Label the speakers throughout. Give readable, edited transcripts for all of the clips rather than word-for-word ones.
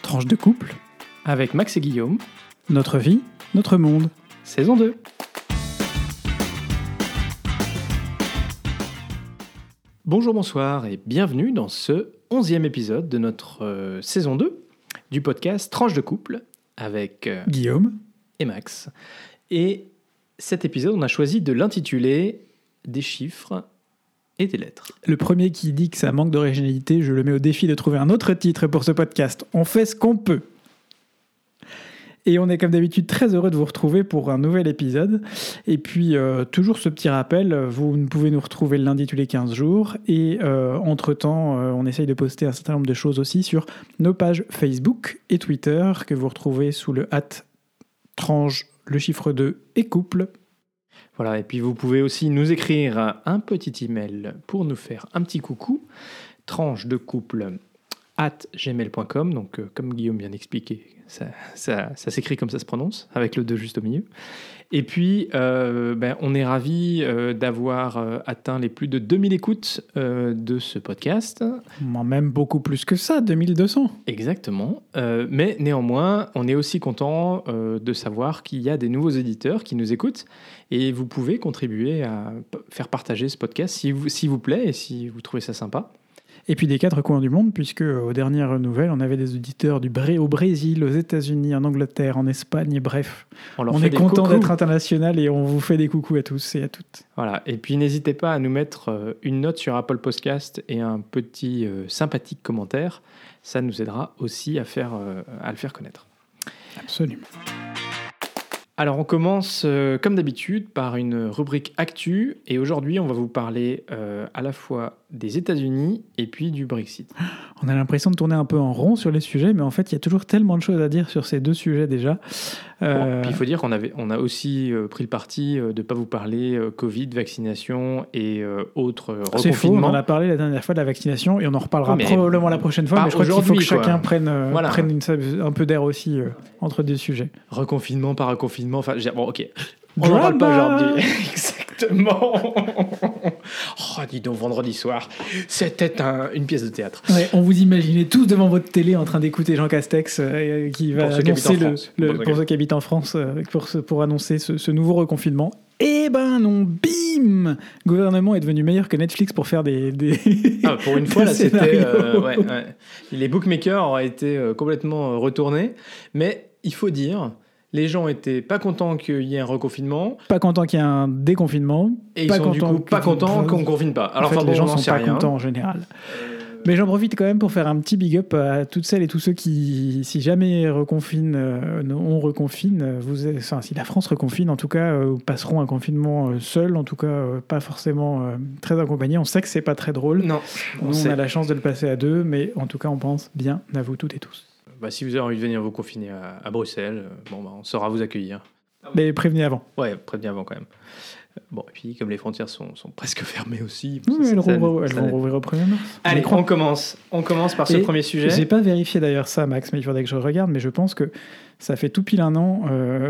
Speaker 1: Tranche de couple,
Speaker 2: avec Max et Guillaume,
Speaker 1: notre vie, notre monde.
Speaker 2: saison 2. Bonjour, bonsoir et bienvenue dans ce 11e épisode de notre saison 2 du podcast Tranche de couple avec
Speaker 1: Guillaume
Speaker 2: et Max. Et cet épisode, on a choisi de l'intituler Des chiffres et des lettres.
Speaker 1: Le premier qui dit que ça manque d'originalité, je le mets au défi de trouver un autre titre pour ce podcast. On fait ce qu'on peut. Et on est comme d'habitude très heureux de vous retrouver pour un nouvel épisode. Et puis, toujours ce petit rappel, vous pouvez nous retrouver le lundi tous les 15 jours. Et entre-temps, on essaye de poster un certain nombre de choses aussi sur nos pages Facebook et Twitter que vous retrouvez sous le @tranche, le chiffre 2 et couple.
Speaker 2: Voilà, et puis vous pouvez aussi nous écrire un petit email pour nous faire un petit coucou. tranchedecouple@gmail.com, donc comme Guillaume vient d'expliquer, ça s'écrit comme ça se prononce, avec le 2 juste au milieu. Et puis, on est ravis d'avoir atteint les plus de 2000 écoutes de ce podcast.
Speaker 1: Même beaucoup plus que ça, 2200.
Speaker 2: Exactement. Mais néanmoins, on est aussi content de savoir qu'il y a des nouveaux éditeurs qui nous écoutent. Et vous pouvez contribuer à faire partager ce podcast s'il vous plaît et si vous trouvez ça sympa.
Speaker 1: Et puis des quatre coins du monde, puisque aux dernières nouvelles, on avait des auditeurs au Brésil, aux États-Unis, en Angleterre, en Espagne, bref. On est content d'être international et on vous fait des coucous à tous et à toutes.
Speaker 2: Voilà, et puis n'hésitez pas à nous mettre une note sur Apple Podcast et un petit sympathique commentaire. Ça nous aidera aussi à le faire connaître.
Speaker 1: Absolument.
Speaker 2: Alors on commence comme d'habitude par une rubrique Actu et aujourd'hui on va vous parler à la fois des États-Unis et puis du Brexit.
Speaker 1: On a l'impression de tourner un peu en rond sur les sujets, mais en fait il y a toujours tellement de choses à dire sur ces deux sujets déjà.
Speaker 2: Bon, puis il faut dire qu'on a aussi pris le parti de ne pas vous parler Covid, vaccination et autres reconfinements.
Speaker 1: C'est faux, on en a parlé la dernière fois de la vaccination et on en reparlera probablement la prochaine fois, mais je crois qu'il faut que chacun prenne un peu d'air aussi entre deux sujets.
Speaker 2: Reconfinement, pas reconfinement, enfin bon ok. On n'en parle pas aujourd'hui. Exactement. Oh, dis donc, vendredi soir, c'était une pièce de théâtre.
Speaker 1: Ouais, on vous imaginait tous devant votre télé en train d'écouter Jean Castex qui va annoncer pour ceux qui habitent en France, pour annoncer ce nouveau reconfinement. Eh ben non, bim! Le gouvernement est devenu meilleur que Netflix pour faire des
Speaker 2: pour une fois, là, c'était... Les bookmakers auraient été complètement retournés. Mais il faut dire... Les gens étaient pas contents qu'il y ait un reconfinement.
Speaker 1: Pas contents qu'il y ait un déconfinement.
Speaker 2: Et ils sont du coup pas contents qu'on ne confine pas. Alors,
Speaker 1: les gens sont pas contents en général. Mais j'en profite quand même pour faire un petit big up à toutes celles et tous ceux qui, si jamais on reconfine, si la France reconfine, en tout cas, passeront un confinement seul, en tout cas, pas forcément très accompagné. On sait que c'est pas très drôle.
Speaker 2: Non.
Speaker 1: On a la chance de le passer à deux, mais en tout cas, on pense bien à vous toutes et tous.
Speaker 2: Si vous avez envie de venir vous confiner à Bruxelles, on saura vous accueillir.
Speaker 1: Mais prévenez avant.
Speaker 2: Ouais, prévenez avant quand même. Bon, et puis comme les frontières sont presque fermées aussi...
Speaker 1: Oui, elles vont rouvrir au 1er mars.
Speaker 2: Allez, on commence par ce premier sujet.
Speaker 1: J'ai pas vérifié d'ailleurs ça, Max, mais il faudrait que je regarde, mais je pense que ça fait tout pile un an.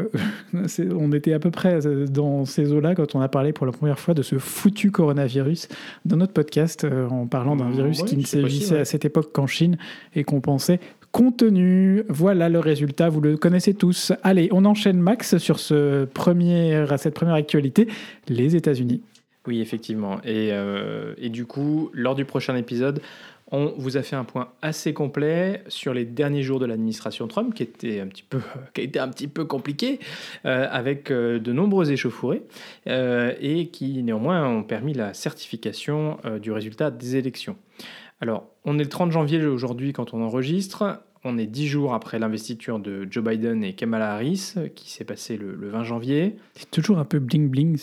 Speaker 1: On était à peu près dans ces eaux-là quand on a parlé pour la première fois de ce foutu coronavirus dans notre podcast, en parlant d'un virus qui ne sévissait à cette époque qu'en Chine et qu'on pensait contenu. Voilà le résultat, vous le connaissez tous. Allez, on enchaîne, Max, sur cette première actualité, les États-Unis.
Speaker 2: Oui, effectivement. Et du coup, lors du prochain épisode, on vous a fait un point assez complet sur les derniers jours de l'administration Trump, qui a été un petit peu compliqué, avec de nombreux échauffourées, et qui néanmoins ont permis la certification du résultat des élections. Alors, on est le 30 janvier aujourd'hui quand on enregistre. On est 10 jours après l'investiture de Joe Biden et Kamala Harris, qui s'est passée le 20 janvier.
Speaker 1: C'est toujours un peu bling-bling.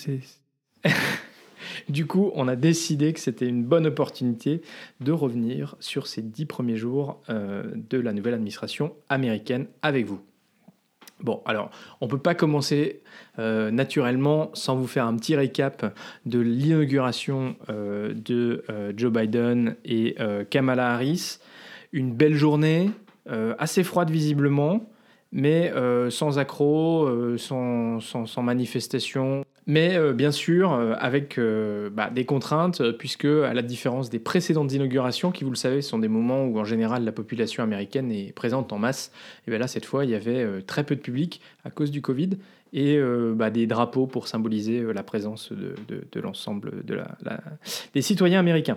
Speaker 2: Du coup, on a décidé que c'était une bonne opportunité de revenir sur ces 10 premiers jours de la nouvelle administration américaine avec vous. Bon, alors, on ne peut pas commencer naturellement sans vous faire un petit récap de l'inauguration de Joe Biden et Kamala Harris. Une belle journée, assez froide visiblement, mais sans accroc, sans manifestation. Mais bien sûr, avec des contraintes, puisque à la différence des précédentes inaugurations, qui, vous le savez, sont des moments où en général la population américaine est présente en masse, et bien là, cette fois, il y avait très peu de public à cause du Covid, et des drapeaux pour symboliser la présence de l'ensemble des citoyens américains.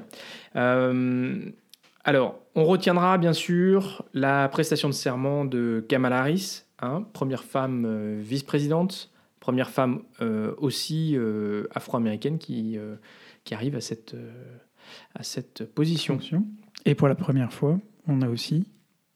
Speaker 2: Alors, on retiendra bien sûr la prestation de serment de Kamala Harris, première femme vice-présidente, première femme aussi afro-américaine qui arrive à cette position.
Speaker 1: Et pour la première fois, on a aussi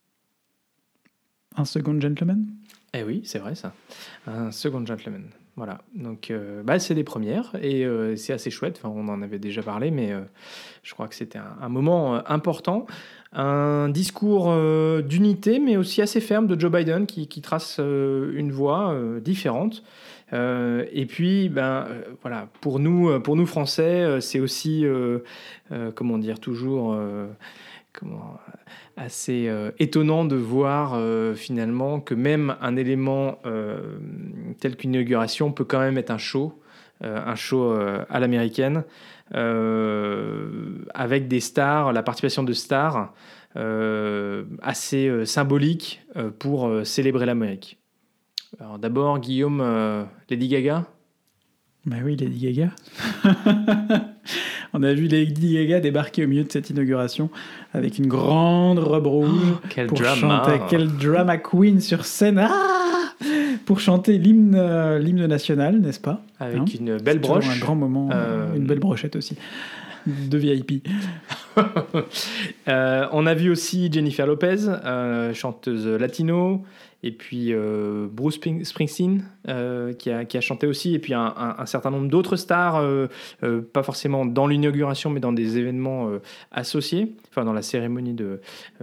Speaker 1: un second gentleman.
Speaker 2: Eh oui, c'est vrai ça, un second gentleman. Voilà, donc c'est des premières et c'est assez chouette. Enfin, on en avait déjà parlé, mais je crois que c'était un moment important. Un discours d'unité, mais aussi assez ferme de Joe Biden qui trace une voie différente. Et puis, voilà, pour nous Français, c'est aussi, comment dire, toujours assez étonnant de voir finalement que même un élément tel qu'une inauguration peut quand même être un show à l'américaine, avec des stars, la participation de stars assez symbolique pour célébrer l'Amérique. Alors d'abord, Guillaume, Lady Gaga.
Speaker 1: Bah oui, Lady Gaga. On a vu Lady Gaga débarquer au milieu de cette inauguration avec une grande robe rouge
Speaker 2: pour chanter.
Speaker 1: Quel drama queen sur scène. Pour chanter l'hymne national, n'est-ce pas?
Speaker 2: Avec une belle broche.
Speaker 1: Un grand moment, une belle brochette aussi, de VIP.
Speaker 2: On a vu aussi Jennifer Lopez, chanteuse latino, et puis Bruce Springsteen qui a chanté aussi, et puis un certain nombre d'autres stars, pas forcément dans l'inauguration, mais dans des événements associés, enfin dans la cérémonie de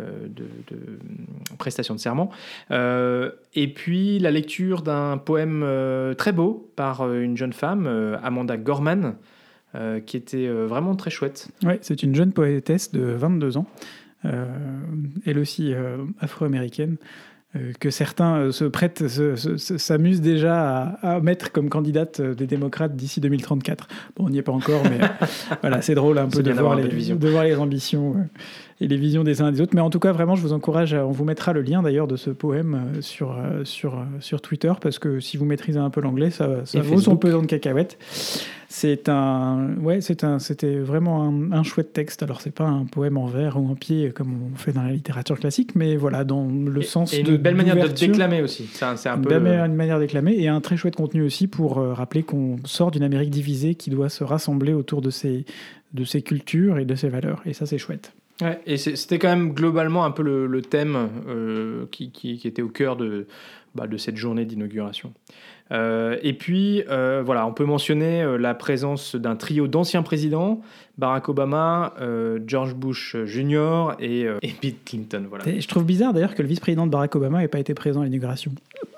Speaker 2: prestation de serment. Et puis la lecture d'un poème très beau par une jeune femme, Amanda Gorman, qui était vraiment très chouette.
Speaker 1: Oui, c'est une jeune poétesse de 22 ans, elle aussi afro-américaine, que certains s'amusent déjà à mettre comme candidate des démocrates d'ici 2034. Bon, on n'y est pas encore, mais voilà, c'est drôle un peu de voir les ambitions et les visions des uns et des autres. Mais en tout cas, vraiment, je vous encourage, on vous mettra le lien d'ailleurs de ce poème sur Twitter, parce que si vous maîtrisez un peu l'anglais, ça vaut son pesant de cacahuètes. C'était vraiment un chouette texte. Alors, c'est pas un poème en vers ou en pied comme on fait dans la littérature classique, mais voilà, dans le sens
Speaker 2: de... Et une belle manière de déclamer aussi.
Speaker 1: Une manière de déclamer, et un très chouette contenu aussi pour rappeler qu'on sort d'une Amérique divisée qui doit se rassembler autour de ses cultures et de ses valeurs. Et ça, c'est chouette.
Speaker 2: Ouais, et c'était quand même globalement un peu le thème qui était au cœur de cette journée d'inauguration. Et puis, voilà, on peut mentionner la présence d'un trio d'anciens présidents, Barack Obama, George Bush Jr. et Bill Clinton. Voilà.
Speaker 1: Je trouve bizarre d'ailleurs que le vice-président de Barack Obama n'ait pas été présent à l'inauguration.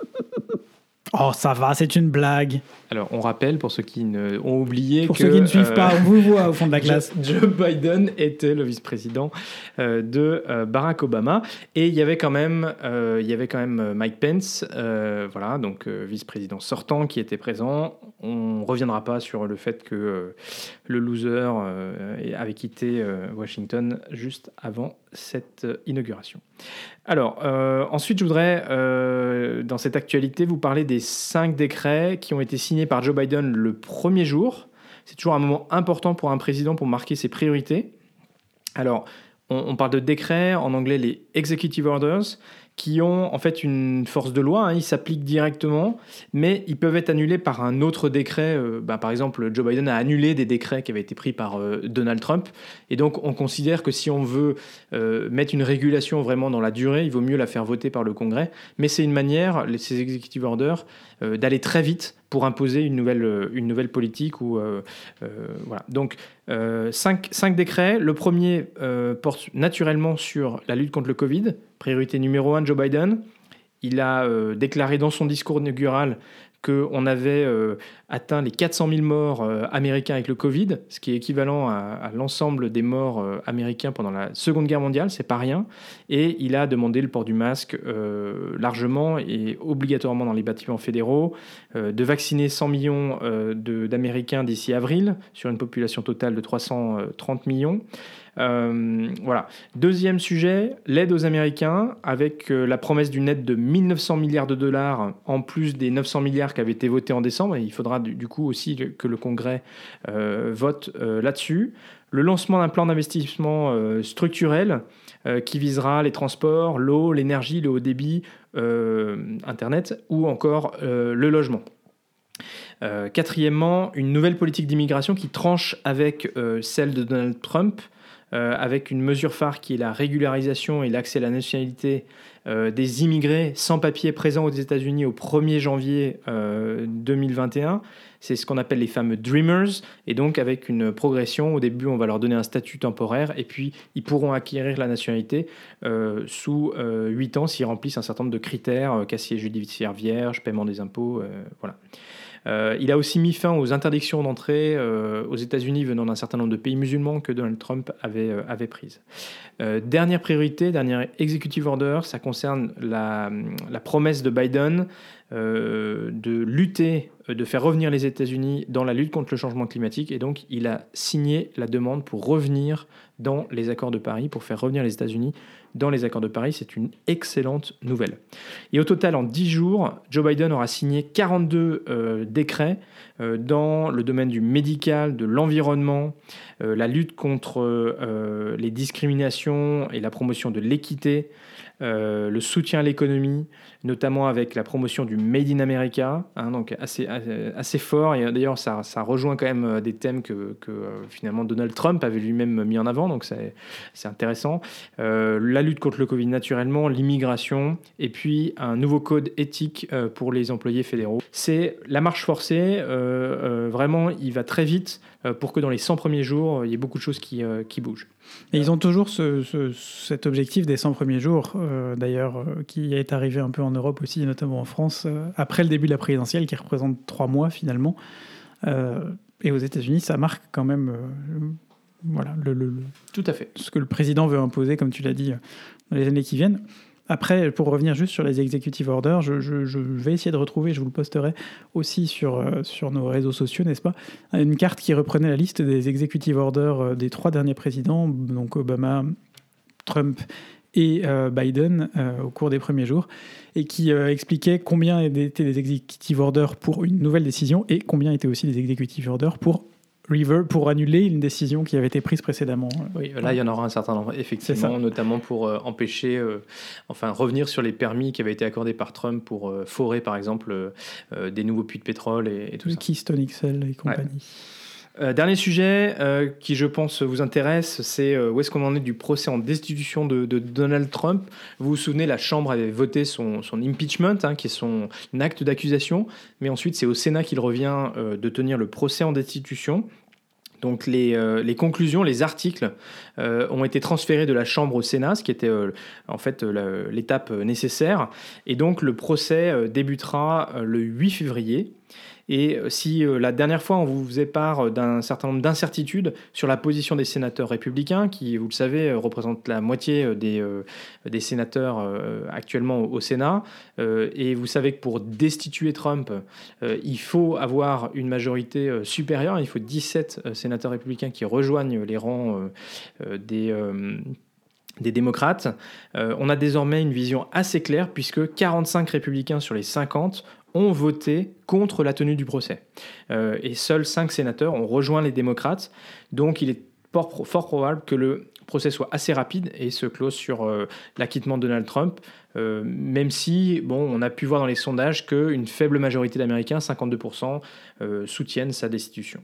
Speaker 1: Oh, ça va, c'est une blague.
Speaker 2: Alors, on rappelle, pour ceux qui ont oublié
Speaker 1: pour ceux qui ne suivent pas, on vous voit au fond de la classe.
Speaker 2: Joe Biden était le vice-président de Barack Obama. Et il y avait quand même Mike Pence, voilà, donc vice-président sortant, qui était présent. On ne reviendra pas sur le fait que le loser avait quitté Washington juste avant cette inauguration. Alors, ensuite, je voudrais, dans cette actualité, vous parler des 5 décrets qui ont été signés par Joe Biden le premier jour. C'est toujours un moment important pour un président pour marquer ses priorités. Alors, on parle de décrets, en anglais les executive orders, qui ont en fait une force de loi, ils s'appliquent directement, mais ils peuvent être annulés par un autre décret. Par exemple, Joe Biden a annulé des décrets qui avaient été pris par Donald Trump, et donc on considère que si on veut mettre une régulation vraiment dans la durée, il vaut mieux la faire voter par le Congrès, mais c'est une manière, ces executive orders, d'aller très vite pour imposer une nouvelle politique. Voilà. Donc, 5 décrets. Le premier porte naturellement sur la lutte contre le Covid, priorité numéro 1 de Joe Biden. Il a déclaré dans son discours inaugural qu'on avait atteint les 400 000 morts américains avec le Covid, ce qui est équivalent à l'ensemble des morts américains pendant la Seconde Guerre mondiale, c'est pas rien. Et il a demandé le port du masque largement et obligatoirement dans les bâtiments fédéraux, de vacciner 100 millions d'Américains d'ici avril, sur une population totale de 330 millions. Voilà. Deuxième sujet, l'aide aux Américains, avec la promesse d'une aide de 1 900 milliards de dollars en plus des 900 milliards qui avaient été votés en décembre. Et il faudra du coup aussi que le Congrès vote là-dessus. Le lancement d'un plan d'investissement structurel qui visera les transports, l'eau, l'énergie, le haut débit, Internet ou encore le logement. Quatrièmement, une nouvelle politique d'immigration qui tranche avec celle de Donald Trump, avec une mesure phare qui est la régularisation et l'accès à la nationalité des immigrés sans papier présents aux États-Unis au 1er janvier 2021. C'est ce qu'on appelle les fameux Dreamers, et donc avec une progression. Au début, on va leur donner un statut temporaire, et puis ils pourront acquérir la nationalité sous 8 ans s'ils remplissent un certain nombre de critères, casier judiciaire vierge, paiement des impôts, voilà. Il a aussi mis fin aux interdictions d'entrée aux États-Unis venant d'un certain nombre de pays musulmans que Donald Trump avait prises. Dernière priorité, dernier executive order, ça concerne la promesse de Biden de lutter, de faire revenir les États-Unis dans la lutte contre le changement climatique. Et donc, il a signé la demande pour revenir dans les accords de Paris, pour faire revenir les États-Unis dans les accords de Paris. C'est une excellente nouvelle. Et au total, en 10 jours, Joe Biden aura signé 42 décrets dans le domaine du médical, de l'environnement, la lutte contre les discriminations et la promotion de l'équité, le soutien à l'économie, notamment avec la promotion du Made in America, donc assez fort. Et d'ailleurs, ça rejoint quand même des thèmes que finalement Donald Trump avait lui-même mis en avant, donc c'est intéressant. La lutte contre le Covid naturellement, l'immigration, et puis un nouveau code éthique pour les employés fédéraux. C'est la marche forcée, vraiment, il va très vite pour que dans les 100 premiers jours, il y ait beaucoup de choses qui bougent.
Speaker 1: Et ils ont toujours cet objectif des 100 premiers jours, d'ailleurs, qui est arrivé un peu en Europe aussi, notamment en France, après le début de la présidentielle, qui représente 3 mois finalement. Et aux États-Unis, ça marque quand même voilà,
Speaker 2: tout à fait.
Speaker 1: Ce que le président veut imposer, comme tu l'as dit, dans les années qui viennent. Après, pour revenir juste sur les executive orders, je vais essayer de retrouver, je vous le posterai aussi sur nos réseaux sociaux, n'est-ce pas, une carte qui reprenait la liste des executive orders des 3 derniers présidents, donc Obama, Trump et Biden, au cours des premiers jours, et qui expliquait combien étaient les executive orders pour une nouvelle décision et combien étaient aussi les executive orders pour annuler une décision qui avait été prise précédemment.
Speaker 2: Oui, là, il y en aura un certain nombre, effectivement, notamment pour empêcher, revenir sur les permis qui avaient été accordés par Trump pour forer, par exemple, des nouveaux puits de pétrole et tout ça.
Speaker 1: Keystone XL et compagnie.
Speaker 2: Ouais. Dernier sujet qui, je pense, vous intéresse, c'est où est-ce qu'on en est du procès en destitution de Donald Trump. Vous vous souvenez, la Chambre avait voté son impeachment, qui est son acte d'accusation, mais ensuite c'est au Sénat qu'il revient de tenir le procès en destitution. Donc les conclusions, les articles ont été transférés de la Chambre au Sénat, ce qui était en fait l'étape nécessaire. Et donc le procès débutera le 8 février. Et si la dernière fois, on vous faisait part d'un certain nombre d'incertitudes sur la position des sénateurs républicains, qui, vous le savez, représentent la moitié des sénateurs actuellement au Sénat, et vous savez que pour destituer Trump, il faut avoir une majorité supérieure, il faut 17 sénateurs républicains qui rejoignent les rangs des démocrates. On a désormais une vision assez claire, puisque 45 républicains sur les 50 ont voté contre la tenue du procès. Et seuls 5 sénateurs ont rejoint les démocrates. Donc il est fort probable que le procès soit assez rapide et se close sur l'acquittement de Donald Trump, même si on a pu voir dans les sondages qu'une faible majorité d'Américains, 52%, soutiennent sa destitution.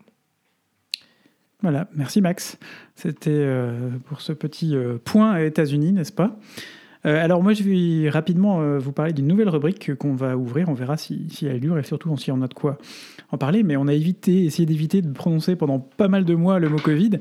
Speaker 1: Voilà, merci Max. C'était pour ce petit point États-Unis, n'est-ce pas ? Alors moi je vais rapidement vous parler d'une nouvelle rubrique qu'on va ouvrir, on verra si elle dure et surtout si on a de quoi en parler, mais on a essayé d'éviter de prononcer pendant pas mal de mois le mot Covid.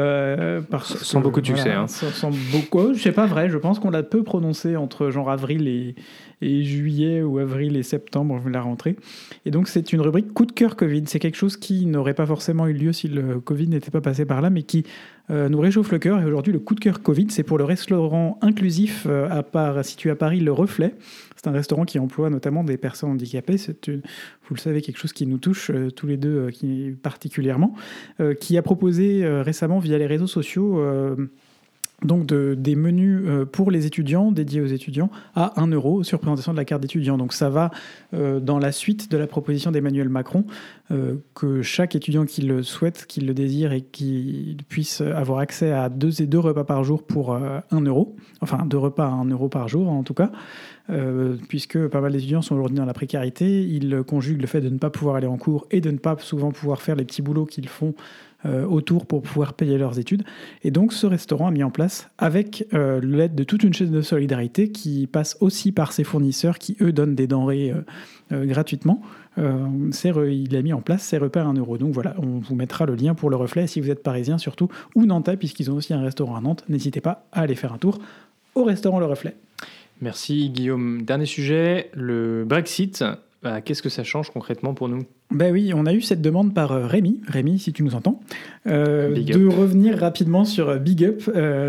Speaker 2: Sans beaucoup de succès.
Speaker 1: Sans beaucoup, c'est pas vrai, je pense qu'on l'a peu prononcé entre genre avril et juillet ou avril et septembre, la rentrée. Et donc c'est une rubrique coup de cœur Covid. C'est quelque chose qui n'aurait pas forcément eu lieu si le Covid n'était pas passé par là, mais qui nous réchauffe le cœur. Et aujourd'hui, le coup de cœur Covid, c'est pour le restaurant inclusif situé à Paris, Le Reflet. C'est un restaurant qui emploie notamment des personnes handicapées. Vous le savez, quelque chose qui nous touche tous les deux particulièrement, qui a proposé récemment via les réseaux sociaux donc des menus pour les étudiants, dédiés aux étudiants, à 1 € sur présentation de la carte d'étudiant. Donc ça va dans la suite de la proposition d'Emmanuel Macron, que chaque étudiant qui le souhaite, qui le désire et qui puisse avoir accès à 2 repas par jour pour 1 €. Enfin, 2 repas à 1 € par jour en tout cas. Puisque pas mal d'étudiants sont aujourd'hui dans la précarité. Ils conjuguent le fait de ne pas pouvoir aller en cours et de ne pas souvent pouvoir faire les petits boulots qu'ils font autour pour pouvoir payer leurs études. Et donc ce restaurant a mis en place, avec l'aide de toute une chaîne de solidarité qui passe aussi par ses fournisseurs qui, eux, donnent des denrées gratuitement. Il a mis en place ces repas à 1 €. Donc voilà, on vous mettra le lien pour Le Reflet. Si vous êtes parisien surtout, ou nantais, puisqu'ils ont aussi un restaurant à Nantes, n'hésitez pas à aller faire un tour au restaurant Le Reflet.
Speaker 2: Merci Guillaume. Dernier sujet, le Brexit. Qu'est-ce que ça change concrètement pour nous ?
Speaker 1: Ben oui, on a eu cette demande par Rémi, si tu nous entends, de revenir rapidement sur Big Up,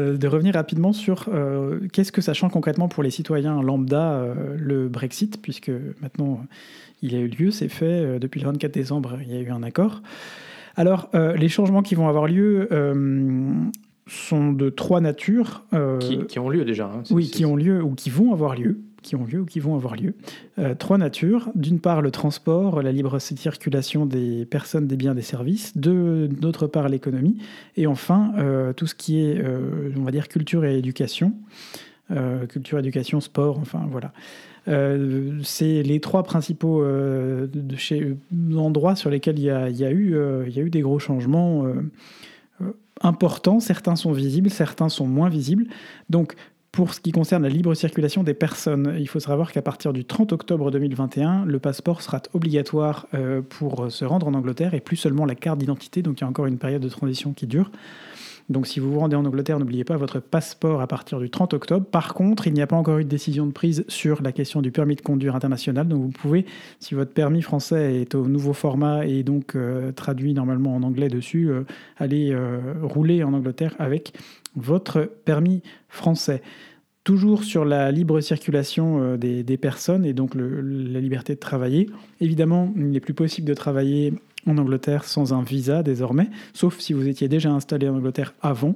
Speaker 1: qu'est-ce que ça change concrètement pour les citoyens lambda, le Brexit, puisque maintenant il a eu lieu, c'est fait, depuis le 24 décembre, il y a eu un accord. Alors, les changements qui vont avoir lieu sont de 3 natures.
Speaker 2: Qui ont lieu déjà. Hein,
Speaker 1: qui ont lieu ou qui vont avoir lieu. 3 natures. D'une part, le transport, la libre circulation des personnes, des biens, des services. D'autre part, l'économie. Et enfin, tout ce qui est, on va dire, culture et éducation. Culture, éducation, sport, enfin voilà. C'est les 3 principaux endroits sur lesquels il y a eu des gros changements importants. Certains sont visibles, certains sont moins visibles. Donc, pour ce qui concerne la libre circulation des personnes, il faut savoir qu'à partir du 30 octobre 2021, le passeport sera obligatoire pour se rendre en Angleterre et plus seulement la carte d'identité. Donc il y a encore une période de transition qui dure. Donc si vous vous rendez en Angleterre, n'oubliez pas votre passeport à partir du 30 octobre. Par contre, il n'y a pas encore eu de décision de prise sur la question du permis de conduire international. Donc vous pouvez, si votre permis français est au nouveau format et donc traduit normalement en anglais dessus, aller rouler en Angleterre avec votre permis français. Toujours sur la libre circulation des personnes et donc la liberté de travailler. Évidemment, il n'est plus possible de travailler en Angleterre sans un visa désormais, sauf si vous étiez déjà installé en Angleterre avant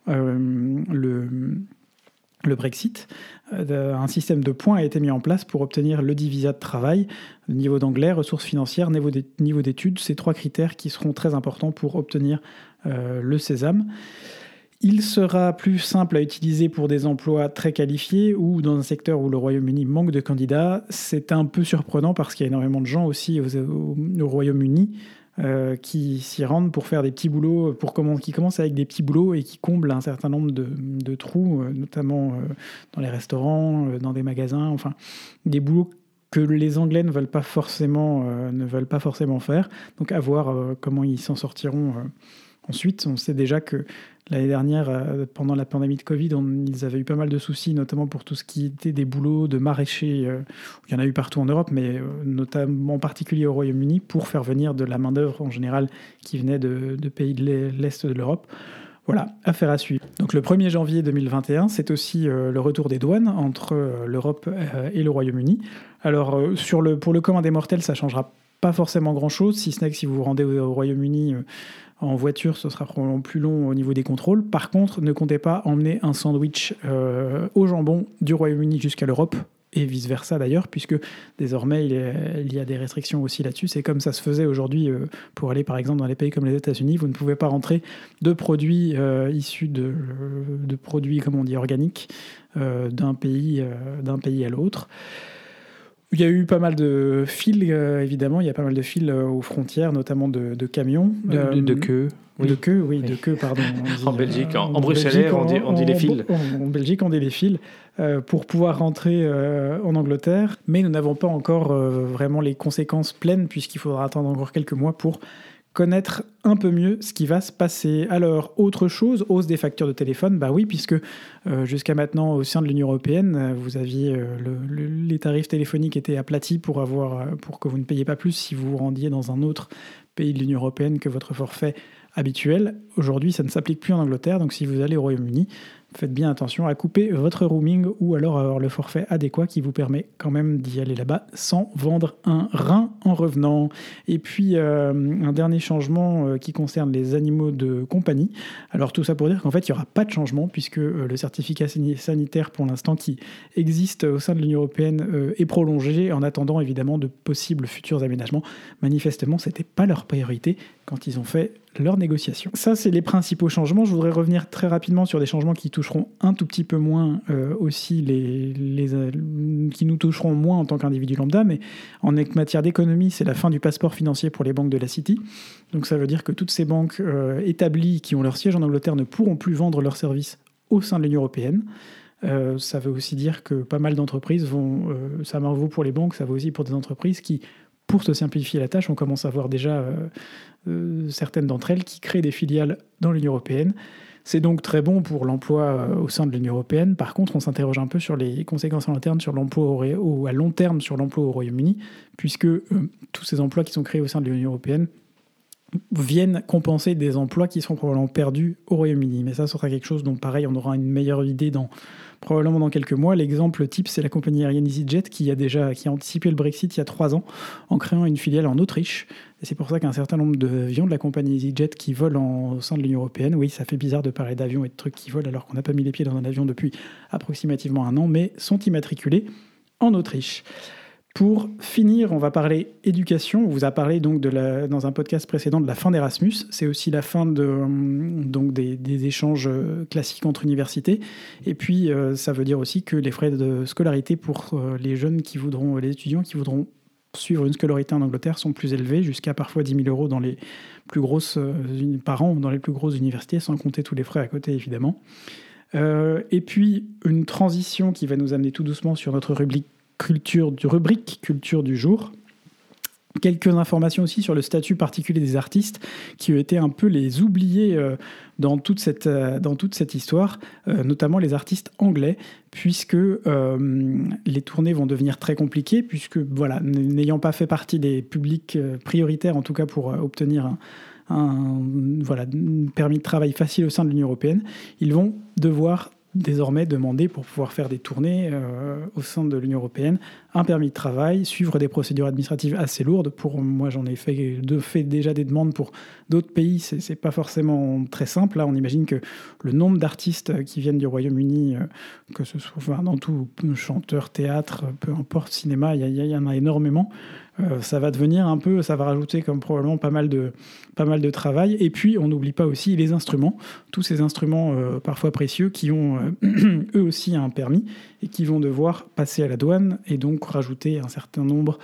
Speaker 1: le Brexit. Un système de points a été mis en place pour obtenir le dit visa de travail, niveau d'anglais, ressources financières, niveau d'études, ces 3 critères qui seront très importants pour obtenir le sésame. Il sera plus simple à utiliser pour des emplois très qualifiés ou dans un secteur où le Royaume-Uni manque de candidats. C'est un peu surprenant parce qu'il y a énormément de gens aussi au Royaume-Uni qui s'y rendent pour faire des petits boulots, qui commencent avec des petits boulots et qui comblent un certain nombre de trous, notamment dans les restaurants, dans des magasins, enfin des boulots que les Anglais ne veulent pas forcément faire. Donc à voir comment ils s'en sortiront. Ensuite, on sait déjà que l'année dernière, pendant la pandémie de Covid, ils avaient eu pas mal de soucis, notamment pour tout ce qui était des boulots de maraîchers. Il y en a eu partout en Europe, mais notamment en particulier au Royaume-Uni, pour faire venir de la main-d'œuvre en général qui venait de pays de l'Est de l'Europe. Voilà, affaire à suivre. Donc le 1er janvier 2021, c'est aussi le retour des douanes entre l'Europe et le Royaume-Uni. Alors pour le commun des mortels, ça ne changera pas forcément grand-chose, si ce n'est que si vous vous rendez au Royaume-Uni en voiture, ce sera probablement plus long au niveau des contrôles. Par contre, ne comptez pas emmener un sandwich au jambon du Royaume-Uni jusqu'à l'Europe, et vice-versa d'ailleurs, puisque désormais il y a des restrictions aussi là-dessus. C'est comme ça se faisait aujourd'hui pour aller par exemple dans les pays comme les États-Unis. Vous ne pouvez pas rentrer de produits issus de produits, comme on dit, organiques d'un pays à l'autre. Il y a eu pas mal de files, évidemment. Il y a pas mal de files aux frontières, notamment de camions.
Speaker 2: De queues.
Speaker 1: Oui. De queues, pardon.
Speaker 2: En Belgique, en Bruxelles, on dit les files.
Speaker 1: En Belgique, on dit les files pour pouvoir rentrer en Angleterre. Mais nous n'avons pas encore vraiment les conséquences pleines, puisqu'il faudra attendre encore quelques mois pour connaître un peu mieux ce qui va se passer. Alors, autre chose, hausse des factures de téléphone, bah oui, puisque jusqu'à maintenant, au sein de l'Union européenne, vous aviez les tarifs téléphoniques étaient aplatis pour que vous ne payiez pas plus si vous vous rendiez dans un autre pays de l'Union européenne que votre forfait habituel. Aujourd'hui, ça ne s'applique plus en Angleterre, donc si vous allez au Royaume-Uni, faites bien attention à couper votre roaming ou alors avoir le forfait adéquat qui vous permet quand même d'y aller là-bas sans vendre un rein en revenant. Et puis, un dernier changement qui concerne les animaux de compagnie. Alors tout ça pour dire qu'en fait, il n'y aura pas de changement puisque le certificat sanitaire pour l'instant qui existe au sein de l'Union européenne est prolongé en attendant évidemment de possibles futurs aménagements. Manifestement, ce n'était pas leur priorité quand ils ont fait leurs négociations. Ça, c'est les principaux changements. Je voudrais revenir très rapidement sur des changements qui toucheront un tout petit peu moins aussi qui nous toucheront moins en tant qu'individu lambda, mais en matière d'économie, c'est la fin du passeport financier pour les banques de la City. Donc ça veut dire que toutes ces banques établies qui ont leur siège en Angleterre ne pourront plus vendre leurs services au sein de l'Union européenne. Ça veut aussi dire que pas mal d'entreprises vont... ça vaut pour les banques, ça vaut aussi pour des entreprises qui, pour se simplifier la tâche, on commence à voir déjà certaines d'entre elles qui créent des filiales dans l'Union européenne. C'est donc très bon pour l'emploi au sein de l'Union européenne. Par contre, on s'interroge un peu sur les conséquences à long terme sur l'emploi à long terme sur l'emploi au Royaume-Uni, puisque tous ces emplois qui sont créés au sein de l'Union européenne viennent compenser des emplois qui seront probablement perdus au Royaume-Uni. Mais ça sera quelque chose dont, pareil, on aura une meilleure idée probablement dans quelques mois. L'exemple type, c'est la compagnie aérienne EasyJet qui a anticipé le Brexit il y a 3 ans en créant une filiale en Autriche. Et c'est pour ça qu'un certain nombre d'avions de la compagnie EasyJet qui volent au sein de l'Union européenne, oui, ça fait bizarre de parler d'avions et de trucs qui volent alors qu'on n'a pas mis les pieds dans un avion depuis approximativement 1 an, mais sont immatriculés en Autriche. Pour finir, on va parler éducation. On vous a parlé donc dans un podcast précédent de la fin d'Erasmus. C'est aussi la fin des échanges classiques entre universités. Et puis, ça veut dire aussi que les frais de scolarité pour les étudiants qui voudront suivre une scolarité en Angleterre sont plus élevés, jusqu'à parfois 10 000 € dans les plus grosses par an dans les plus grosses universités, sans compter tous les frais à côté, évidemment. Et puis, une transition qui va nous amener tout doucement sur notre rubrique culture du jour. Quelques informations aussi sur le statut particulier des artistes qui ont été un peu les oubliés dans toute cette histoire, notamment les artistes anglais, puisque les tournées vont devenir très compliquées, puisque voilà, n'ayant pas fait partie des publics prioritaires, en tout cas pour obtenir un permis de travail facile au sein de l'Union européenne, ils vont devoir désormais demander, pour pouvoir faire des tournées au sein de l'Union européenne, un permis de travail, suivre des procédures administratives assez lourdes. Moi, j'en ai fait déjà des demandes pour d'autres pays, c'est pas forcément très simple. Là, on imagine que le nombre d'artistes qui viennent du Royaume-Uni, que ce soit dans tout, chanteur, théâtre, peu importe, cinéma, il y en a énormément. Ça va rajouter comme probablement pas mal de travail. Et puis, on n'oublie pas aussi les instruments, tous ces instruments parfois précieux qui ont eux aussi un permis et qui vont devoir passer à la douane et donc rajouter un certain nombre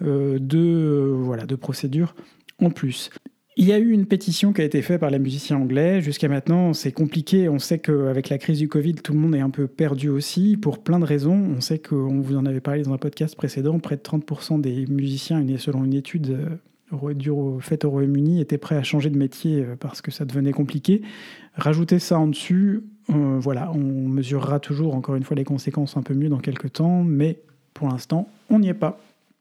Speaker 1: de procédures en plus. Il y a eu une pétition qui a été faite par les musiciens anglais. Jusqu'à maintenant, c'est compliqué. On sait qu'avec la crise du Covid, tout le monde est un peu perdu aussi, pour plein de raisons. On sait qu'on vous en avait parlé dans un podcast précédent, près de 30% des musiciens, selon une étude faite au Royaume-Uni, étaient prêts à changer de métier parce que ça devenait compliqué. Rajouter ça en dessus, on mesurera toujours, encore une fois, les conséquences un peu mieux dans quelques temps, mais pour l'instant, on n'y est pas.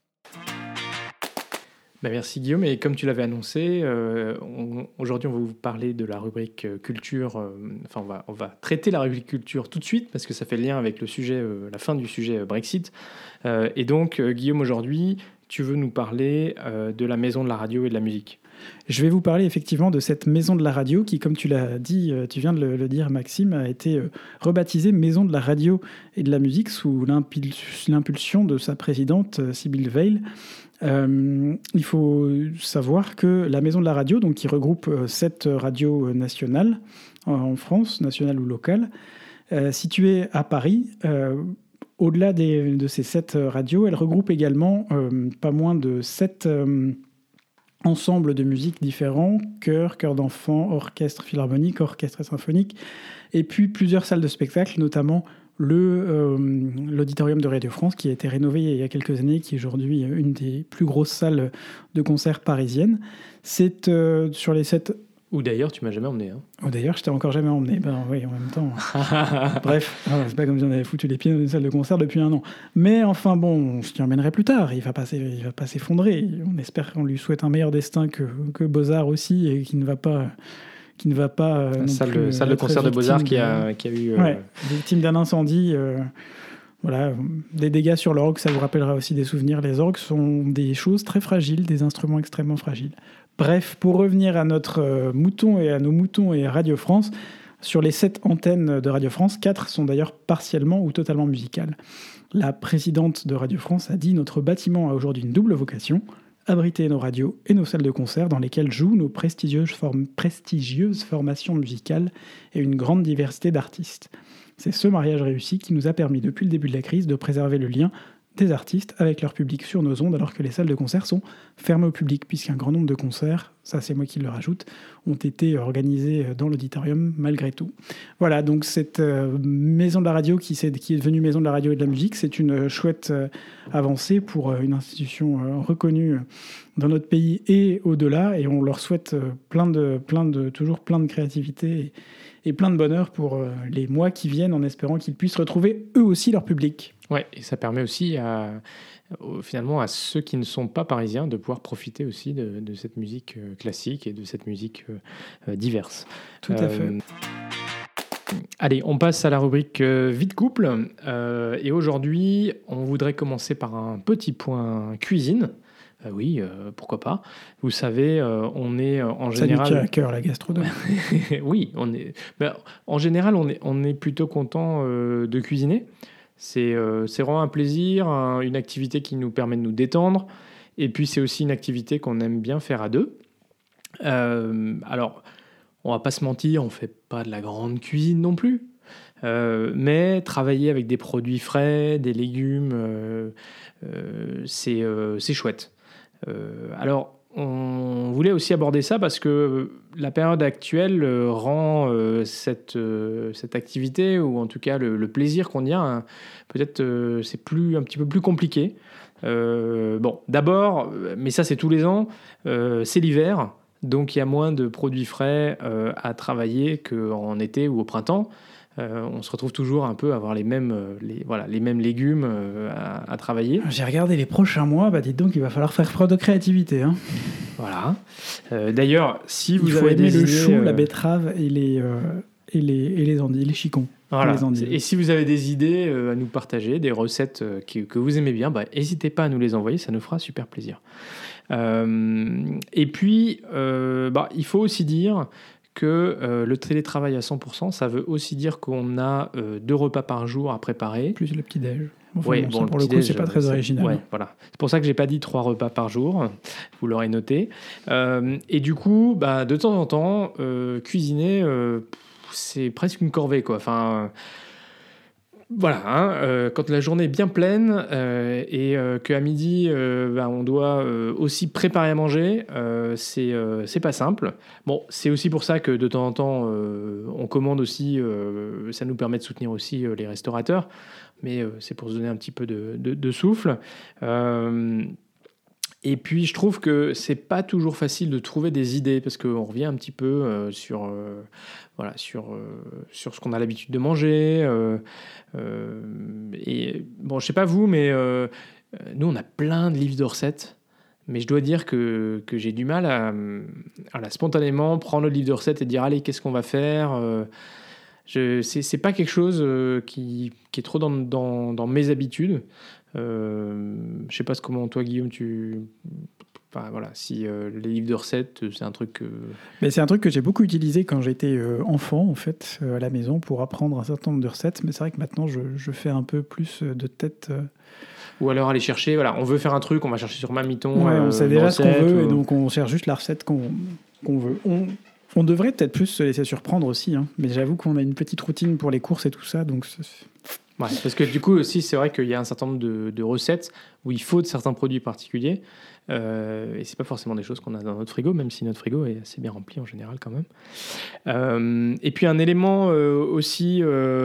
Speaker 2: Merci Guillaume, et comme tu l'avais annoncé, aujourd'hui on va vous parler de la rubrique culture, on va traiter la rubrique culture tout de suite parce que ça fait lien avec le sujet, la fin du sujet Brexit. Et donc Guillaume, aujourd'hui tu veux nous parler de la maison de la radio et de la musique.
Speaker 1: Je vais vous parler effectivement de cette maison de la radio qui, comme tu l'as dit, tu viens de le dire Maxime, a été rebaptisée Maison de la radio et de la musique sous l'impulsion de sa présidente Sibylle Veil. Il faut savoir que la Maison de la radio, donc, qui regroupe 7 radios nationales en France, nationales ou locales, situées à Paris, au-delà de ces 7 radios, elle regroupe également pas moins de 7 ensembles de musique différents, chœurs d'enfants, orchestre philharmonique, orchestre symphonique, et puis plusieurs salles de spectacle, notamment l'auditorium de Radio France qui a été rénové il y a quelques années, qui est aujourd'hui une des plus grosses salles de concert parisiennes. C'est sur les 7...
Speaker 2: Où d'ailleurs tu m'as jamais emmené. Hein.
Speaker 1: Oh, d'ailleurs je t'ai encore jamais emmené. Ben oui, en même temps. Bref, c'est pas comme si on avait foutu les pieds dans une salle de concert depuis 1 an. Mais enfin bon, je t'y emmènerai plus tard. Il va pas s'effondrer. On espère qu'on lui souhaite un meilleur destin que Beaux-Arts aussi, et qui ne va pas
Speaker 2: salle de concert de Beaux-Arts qui a eu
Speaker 1: victime d'un incendie. Voilà, des dégâts sur l'orgue, ça vous rappellera aussi des souvenirs. Les orgues sont des choses très fragiles, des instruments extrêmement fragiles. Bref, pour revenir à notre mouton et à nos moutons et à Radio France, sur les 7 antennes de Radio France, 4 sont d'ailleurs partiellement ou totalement musicales. La présidente de Radio France a dit « Notre bâtiment a aujourd'hui une double vocation, abriter nos radios et nos salles de concert dans lesquelles jouent nos prestigieuses formations musicales et une grande diversité d'artistes. C'est ce mariage réussi qui nous a permis depuis le début de la crise de préserver le lien des artistes avec leur public sur nos ondes, alors que les salles de concert sont fermées au public, puisqu'un grand nombre de concerts, ça c'est moi qui le rajoute, ont été organisés dans l'auditorium malgré tout. Voilà, donc cette maison de la radio qui est devenue maison de la radio et de la musique, c'est une chouette avancée pour une institution reconnue dans notre pays et au-delà, et on leur souhaite toujours plein de créativité et plein de bonheur pour les mois qui viennent, en espérant qu'ils puissent retrouver eux aussi leur public.
Speaker 2: Ouais, et ça permet aussi finalement à ceux qui ne sont pas parisiens de pouvoir profiter aussi de cette musique classique et de cette musique diverse.
Speaker 1: Tout à fait.
Speaker 2: Allez, on passe à la rubrique Vie de couple. Et aujourd'hui, on voudrait commencer par un petit point cuisine. Oui, pourquoi pas. Vous savez, on est en général...
Speaker 1: Ça nous tient à cœur, la gastronomie.
Speaker 2: Oui, en général, on est plutôt content de cuisiner. C'est vraiment un plaisir, une activité qui nous permet de nous détendre. Et puis, c'est aussi une activité qu'on aime bien faire à deux. Alors, on va pas se mentir, on fait pas de la grande cuisine non plus. Mais travailler avec des produits frais, des légumes, c'est chouette. Alors, on voulait aussi aborder ça parce que la période actuelle rend cette activité, ou en tout cas le plaisir qu'on y a, peut-être c'est un petit peu plus compliqué. Bon, d'abord, mais ça c'est tous les ans, c'est l'hiver, donc il y a moins de produits frais à travailler qu'en été ou au printemps. On se retrouve toujours un peu à avoir les mêmes légumes à travailler.
Speaker 1: J'ai regardé les prochains mois, dites donc, il va falloir faire preuve de créativité. Hein.
Speaker 2: Voilà. D'ailleurs, si vous avez
Speaker 1: aimer
Speaker 2: des
Speaker 1: le
Speaker 2: idées,
Speaker 1: chou, la betterave et les endives, les chicons.
Speaker 2: Voilà. Et si vous avez des idées à nous partager, des recettes que vous aimez bien, n'hésitez pas à nous les envoyer, ça nous fera super plaisir. Et puis, il faut aussi dire que le télétravail à 100%, ça veut aussi dire qu'on a 2 repas par jour à préparer.
Speaker 1: Plus le petit-déj. Enfin,
Speaker 2: oui,
Speaker 1: bon, pour le coup, c'est pas très original.
Speaker 2: Ouais, voilà. C'est pour ça que j'ai pas dit 3 repas par jour. Vous l'aurez noté. Et du coup, de temps en temps, cuisiner, c'est presque une corvée, quoi. Enfin, voilà. Quand la journée est bien pleine et qu'à midi, on doit aussi préparer à manger, c'est pas simple. Bon, c'est aussi pour ça que de temps en temps, on commande aussi. Ça nous permet de soutenir aussi les restaurateurs. Mais c'est pour se donner un petit peu de souffle. Et puis, je trouve que c'est pas toujours facile de trouver des idées, parce qu'on revient un petit peu sur ce qu'on a l'habitude de manger. Et bon, je sais pas vous, mais nous, on a plein de livres de recettes. Mais je dois dire que j'ai du mal à spontanément prendre le livre de recettes et dire « Allez, qu'est-ce qu'on va faire ?» C'est pas quelque chose qui est trop dans mes habitudes. Je sais pas comment toi, Guillaume, si les livres de recettes, c'est un truc...
Speaker 1: Mais c'est un truc que j'ai beaucoup utilisé quand j'étais enfant, en fait, à la maison, pour apprendre un certain nombre de recettes. Mais c'est vrai que maintenant, je fais un peu plus de tête...
Speaker 2: Ou alors aller chercher, on veut faire un truc, on va chercher sur Mamitton.
Speaker 1: Ouais, on sait déjà ce qu'on veut, et donc on cherche juste la recette qu'on veut. On devrait peut-être plus se laisser surprendre aussi, hein. Mais j'avoue qu'on a une petite routine pour les courses et tout ça, donc
Speaker 2: Ouais, parce que du coup aussi, c'est vrai qu'il y a un certain nombre de recettes où il faut de certains produits particuliers. Et c'est pas forcément des choses qu'on a dans notre frigo, même si notre frigo est assez bien rempli en général quand même. Et puis un élément aussi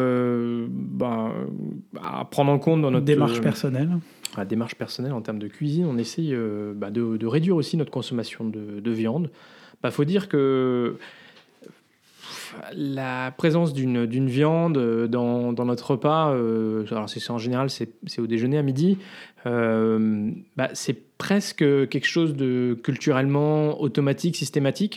Speaker 2: à prendre en compte dans notre
Speaker 1: démarche personnelle.
Speaker 2: La démarche personnelle en termes de cuisine, on essaye de réduire aussi notre consommation de viande. Faut dire que la présence d'une viande dans notre repas, alors en général c'est au déjeuner à midi, c'est presque quelque chose de culturellement automatique, systématique.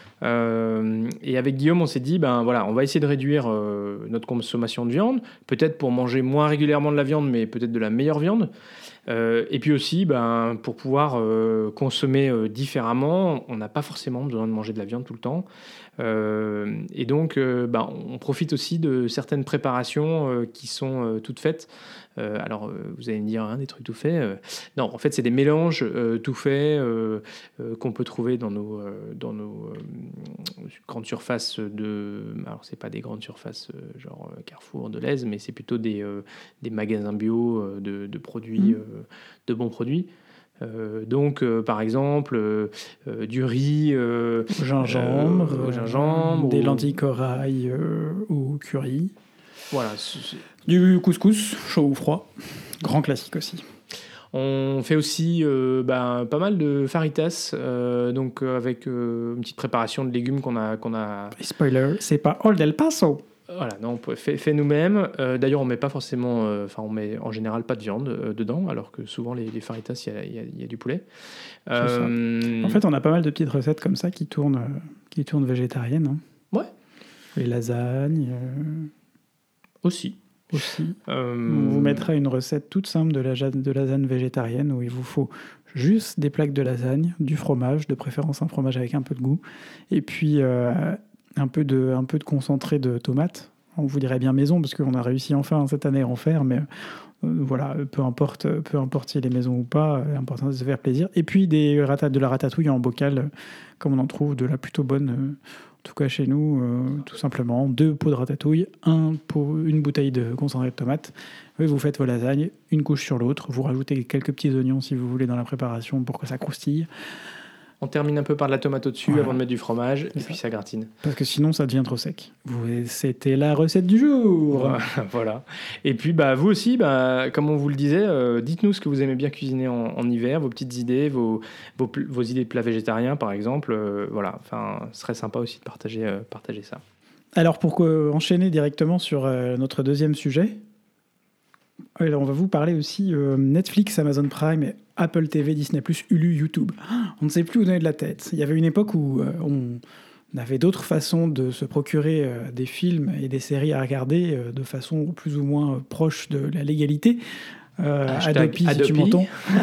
Speaker 2: Et avec Guillaume, on s'est dit, on va essayer de réduire notre consommation de viande, peut-être pour manger moins régulièrement de la viande, mais peut-être de la meilleure viande. Et puis aussi, pour pouvoir consommer différemment, on n'a pas forcément besoin de manger de la viande tout le temps. Et donc, on profite aussi de certaines préparations qui sont toutes faites. Alors, vous allez me dire, des trucs tout faits. Non, en fait, c'est des mélanges tout faits qu'on peut trouver dans nos grandes surfaces Alors, c'est pas des grandes surfaces genre Carrefour, Delhaize, mais c'est plutôt des magasins bio de produits, de bons produits. Donc, par exemple, du riz au gingembre,
Speaker 1: des lentilles corail au curry.
Speaker 2: Voilà.
Speaker 1: Du couscous, chaud ou froid. Grand classique aussi.
Speaker 2: On fait aussi pas mal de faritas, donc avec une petite préparation de légumes qu'on a...
Speaker 1: Spoiler, c'est pas Old El Paso.
Speaker 2: Voilà, non, on fait nous-mêmes. D'ailleurs, on met pas forcément, on met en général pas de viande dedans, alors que souvent les faritas, il y a du poulet.
Speaker 1: En fait, on a pas mal de petites recettes comme ça qui tournent végétariennes. Hein.
Speaker 2: Ouais.
Speaker 1: Les lasagnes.
Speaker 2: Aussi.
Speaker 1: On vous mettra une recette toute simple de lasagne végétarienne où il vous faut juste des plaques de lasagne, du fromage, de préférence un fromage avec un peu de goût, et puis un peu de concentré de tomates. On vous dirait bien maison parce qu'on a réussi enfin cette année à en faire, mais voilà, peu importe s'il est maison ou pas, l'important c'est de se faire plaisir. Et puis de la ratatouille en bocal, comme on en trouve de la plutôt bonne. En tout cas chez nous, tout simplement, 2 pots de ratatouille, une bouteille de concentré de tomate. Et vous faites vos lasagnes, une couche sur l'autre. Vous rajoutez quelques petits oignons si vous voulez dans la préparation pour que ça croustille.
Speaker 2: On termine un peu par de la tomate au-dessus avant de mettre du fromage, et puis ça gratine.
Speaker 1: Parce que sinon, ça devient trop sec. C'était la recette du jour.
Speaker 2: Voilà. Et puis, vous aussi, comme on vous le disait, dites-nous ce que vous aimez bien cuisiner en hiver, vos petites idées, vos idées de plats végétariens, par exemple. Voilà. Enfin, ce serait sympa aussi de partager ça.
Speaker 1: Alors, pour enchaîner directement sur notre deuxième sujet, alors on va vous parler aussi Netflix, Amazon Prime, Apple TV, Disney+, Hulu, YouTube. On ne sait plus où donner de la tête. Il y avait une époque où on avait d'autres façons de se procurer des films et des séries à regarder de façon plus ou moins proche de la légalité. Adopi, si tu m'entends.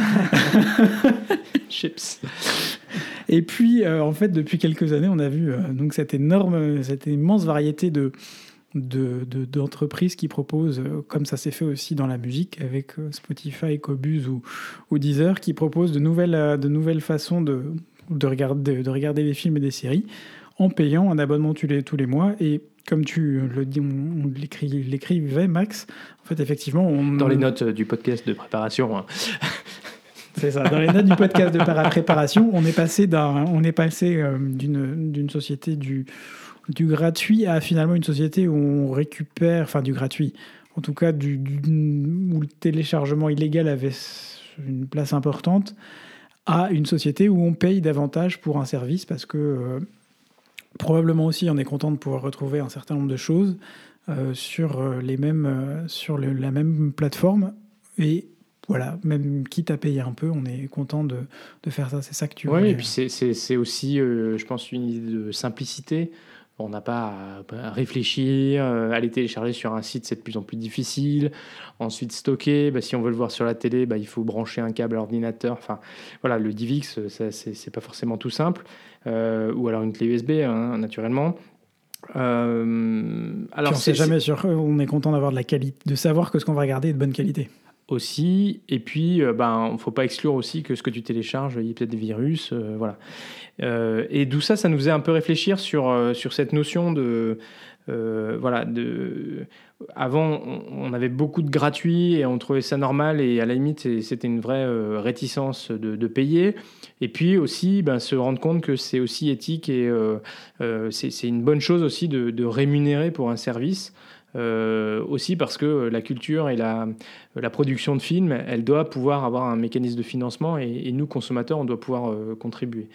Speaker 2: Chips.
Speaker 1: Et puis, en fait, depuis quelques années, on a vu donc cette immense variété d'entreprises qui proposent, comme ça s'est fait aussi dans la musique avec Spotify, Qobuz ou Deezer, qui proposent de nouvelles façons de regarder des films et des séries en payant un abonnement tous les mois. Et comme tu le dis, on l'écrivait, Max, en fait, effectivement...
Speaker 2: Dans les notes du podcast de préparation... Hein.
Speaker 1: C'est ça. Dans les notes du podcast de préparation, on est passé d'une société du gratuit à finalement une société où on récupère, enfin du gratuit, en tout cas où le téléchargement illégal avait une place importante, à une société où on paye davantage pour un service parce que probablement aussi on est content de pouvoir retrouver un certain nombre de choses sur la même plateforme et voilà, même quitte à payer un peu, on est content de faire ça. C'est ça que tu veux.
Speaker 2: Oui, et puis c'est aussi, je pense, une idée de simplicité. On n'a pas à réfléchir, à les télécharger sur un site, c'est de plus en plus difficile. Ensuite, stocker, si on veut le voir sur la télé, il faut brancher un câble à l'ordinateur. Enfin, voilà, le DivX, c'est pas forcément tout simple. Ou alors une clé USB, naturellement.
Speaker 1: Alors, on sait jamais sur eux, on est content d'avoir de la qualité, de savoir que ce qu'on va regarder est de bonne qualité.
Speaker 2: Aussi, et puis il ne faut pas exclure aussi que ce que tu télécharges, il y a peut-être des virus, voilà. Et d'où ça nous faisait un peu réfléchir sur cette notion voilà, avant, on avait beaucoup de gratuits et on trouvait ça normal et à la limite, c'était une vraie réticence de payer. Et puis aussi, se rendre compte que c'est aussi éthique et c'est une bonne chose aussi de rémunérer pour un service. Aussi parce que la culture et la production de films, elle doit pouvoir avoir un mécanisme de financement et nous, consommateurs, on doit pouvoir contribuer.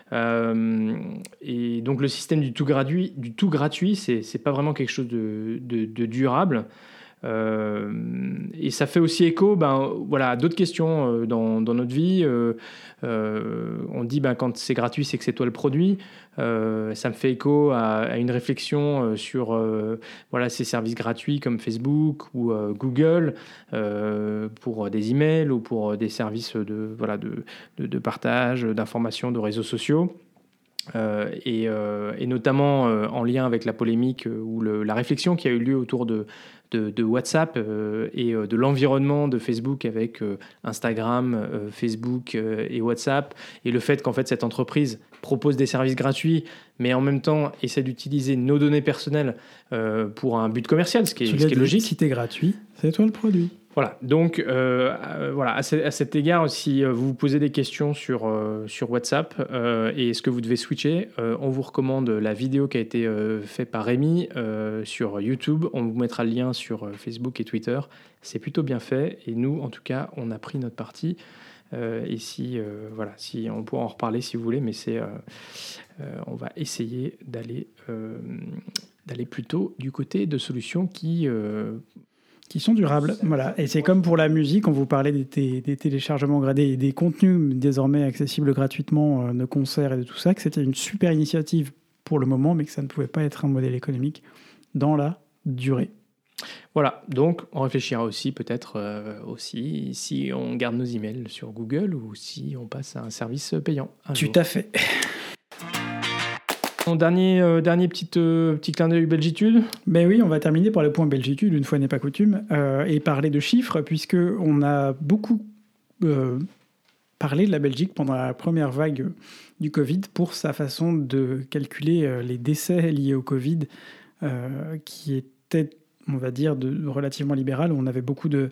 Speaker 2: Et donc le système du tout gratuit, c'est pas vraiment quelque chose de durable. Et ça fait aussi écho voilà, à d'autres questions dans notre vie. On dit quand c'est gratuit, c'est que c'est toi le produit. Ça me fait écho à une réflexion sur voilà, ces services gratuits comme Facebook ou Google pour des emails ou pour des services de partage, d'information, de réseaux sociaux. Et notamment en lien avec la polémique ou la réflexion qui a eu lieu autour de WhatsApp et de l'environnement de Facebook avec Instagram, Facebook et WhatsApp, et le fait qu'en fait cette entreprise propose des services gratuits mais en même temps essaie d'utiliser nos données personnelles pour un but commercial, ce qui est logique.
Speaker 1: Si t'es gratuit, c'est toi le produit.
Speaker 2: Voilà, donc voilà, à cet égard, si vous vous posez des questions sur WhatsApp et est-ce que vous devez switcher, on vous recommande la vidéo qui a été faite par Rémi sur YouTube. On vous mettra le lien sur Facebook et Twitter. C'est plutôt bien fait et nous, en tout cas, on a pris notre parti. Et si on pourra en reparler si vous voulez, mais on va essayer d'aller plutôt du côté de solutions qui
Speaker 1: sont durables. Voilà. Et c'est comme pour la musique, on vous parlait des téléchargements gradés et des contenus désormais accessibles gratuitement, de concerts et de tout ça, que c'était une super initiative pour le moment, mais que ça ne pouvait pas être un modèle économique dans la durée.
Speaker 2: Voilà, donc on réfléchira aussi peut-être si on garde nos emails sur Google ou si on passe à un service payant.
Speaker 1: Tout à fait.
Speaker 2: Mon dernier petit clin d'œil belgitude.
Speaker 1: Ben oui, on va terminer par le point belgitude, une fois n'est pas coutume, et parler de chiffres, puisqu'on a beaucoup parlé de la Belgique pendant la première vague du Covid pour sa façon de calculer les décès liés au Covid, qui était, on va dire, relativement libéral, où on avait beaucoup de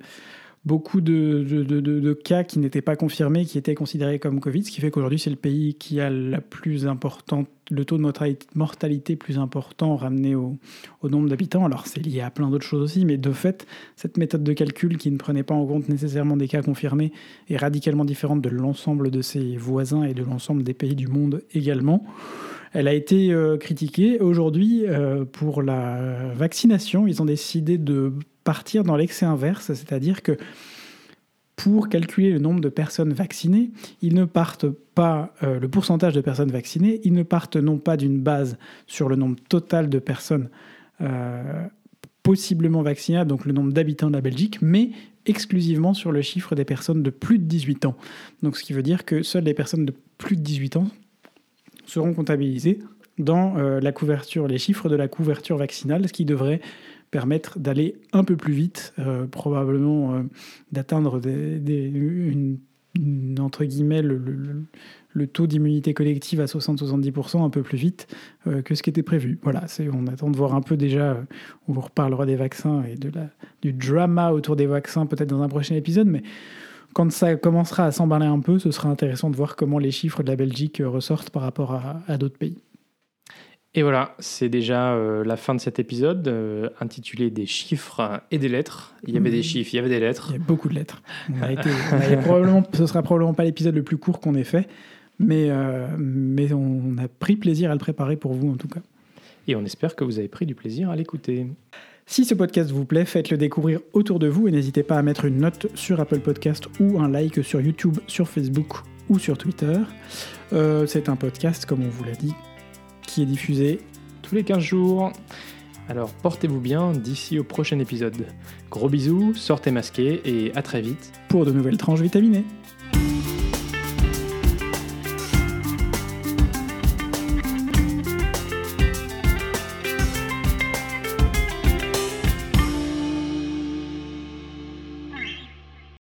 Speaker 1: cas qui n'étaient pas confirmés, qui étaient considérés comme Covid, ce qui fait qu'aujourd'hui, c'est le pays qui a la plus importante, le taux de mortalité plus important ramené au nombre d'habitants. Alors, c'est lié à plein d'autres choses aussi, mais de fait, cette méthode de calcul qui ne prenait pas en compte nécessairement des cas confirmés est radicalement différente de l'ensemble de ses voisins et de l'ensemble des pays du monde également. Elle a été critiquée. Aujourd'hui, pour la vaccination, ils ont décidé de partir dans l'excès inverse, c'est-à-dire que pour calculer le nombre de personnes vaccinées, ils ne partent pas, le pourcentage de personnes vaccinées, ils ne partent non pas d'une base sur le nombre total de personnes possiblement vaccinables, donc le nombre d'habitants de la Belgique, mais exclusivement sur le chiffre des personnes de plus de 18 ans. Donc ce qui veut dire que seules les personnes de plus de 18 ans seront comptabilisées dans les chiffres de la couverture vaccinale, ce qui devrait permettre d'aller un peu plus vite, probablement d'atteindre entre guillemets le taux d'immunité collective à 60-70%, un peu plus vite que ce qui était prévu. Voilà, on attend de voir un peu déjà, on vous reparlera des vaccins et du drama autour des vaccins peut-être dans un prochain épisode, mais quand ça commencera à s'emballer un peu, ce sera intéressant de voir comment les chiffres de la Belgique ressortent par rapport à d'autres pays.
Speaker 2: Et voilà, c'est déjà la fin de cet épisode intitulé Des chiffres et des lettres. Il y avait des chiffres, il y avait des lettres.
Speaker 1: Il y a beaucoup de lettres. Ce sera probablement pas l'épisode le plus court qu'on ait fait, mais on a pris plaisir à le préparer pour vous en tout cas.
Speaker 2: Et on espère que vous avez pris du plaisir à l'écouter.
Speaker 1: Si ce podcast vous plaît, faites-le découvrir autour de vous et n'hésitez pas à mettre une note sur Apple Podcast ou un like sur YouTube, sur Facebook ou sur Twitter. C'est un podcast, comme on vous l'a dit, qui est diffusé
Speaker 2: tous les 15 jours. Alors portez-vous bien d'ici au prochain épisode. Gros bisous, sortez masqués et à très vite
Speaker 1: pour de nouvelles tranches vitaminées.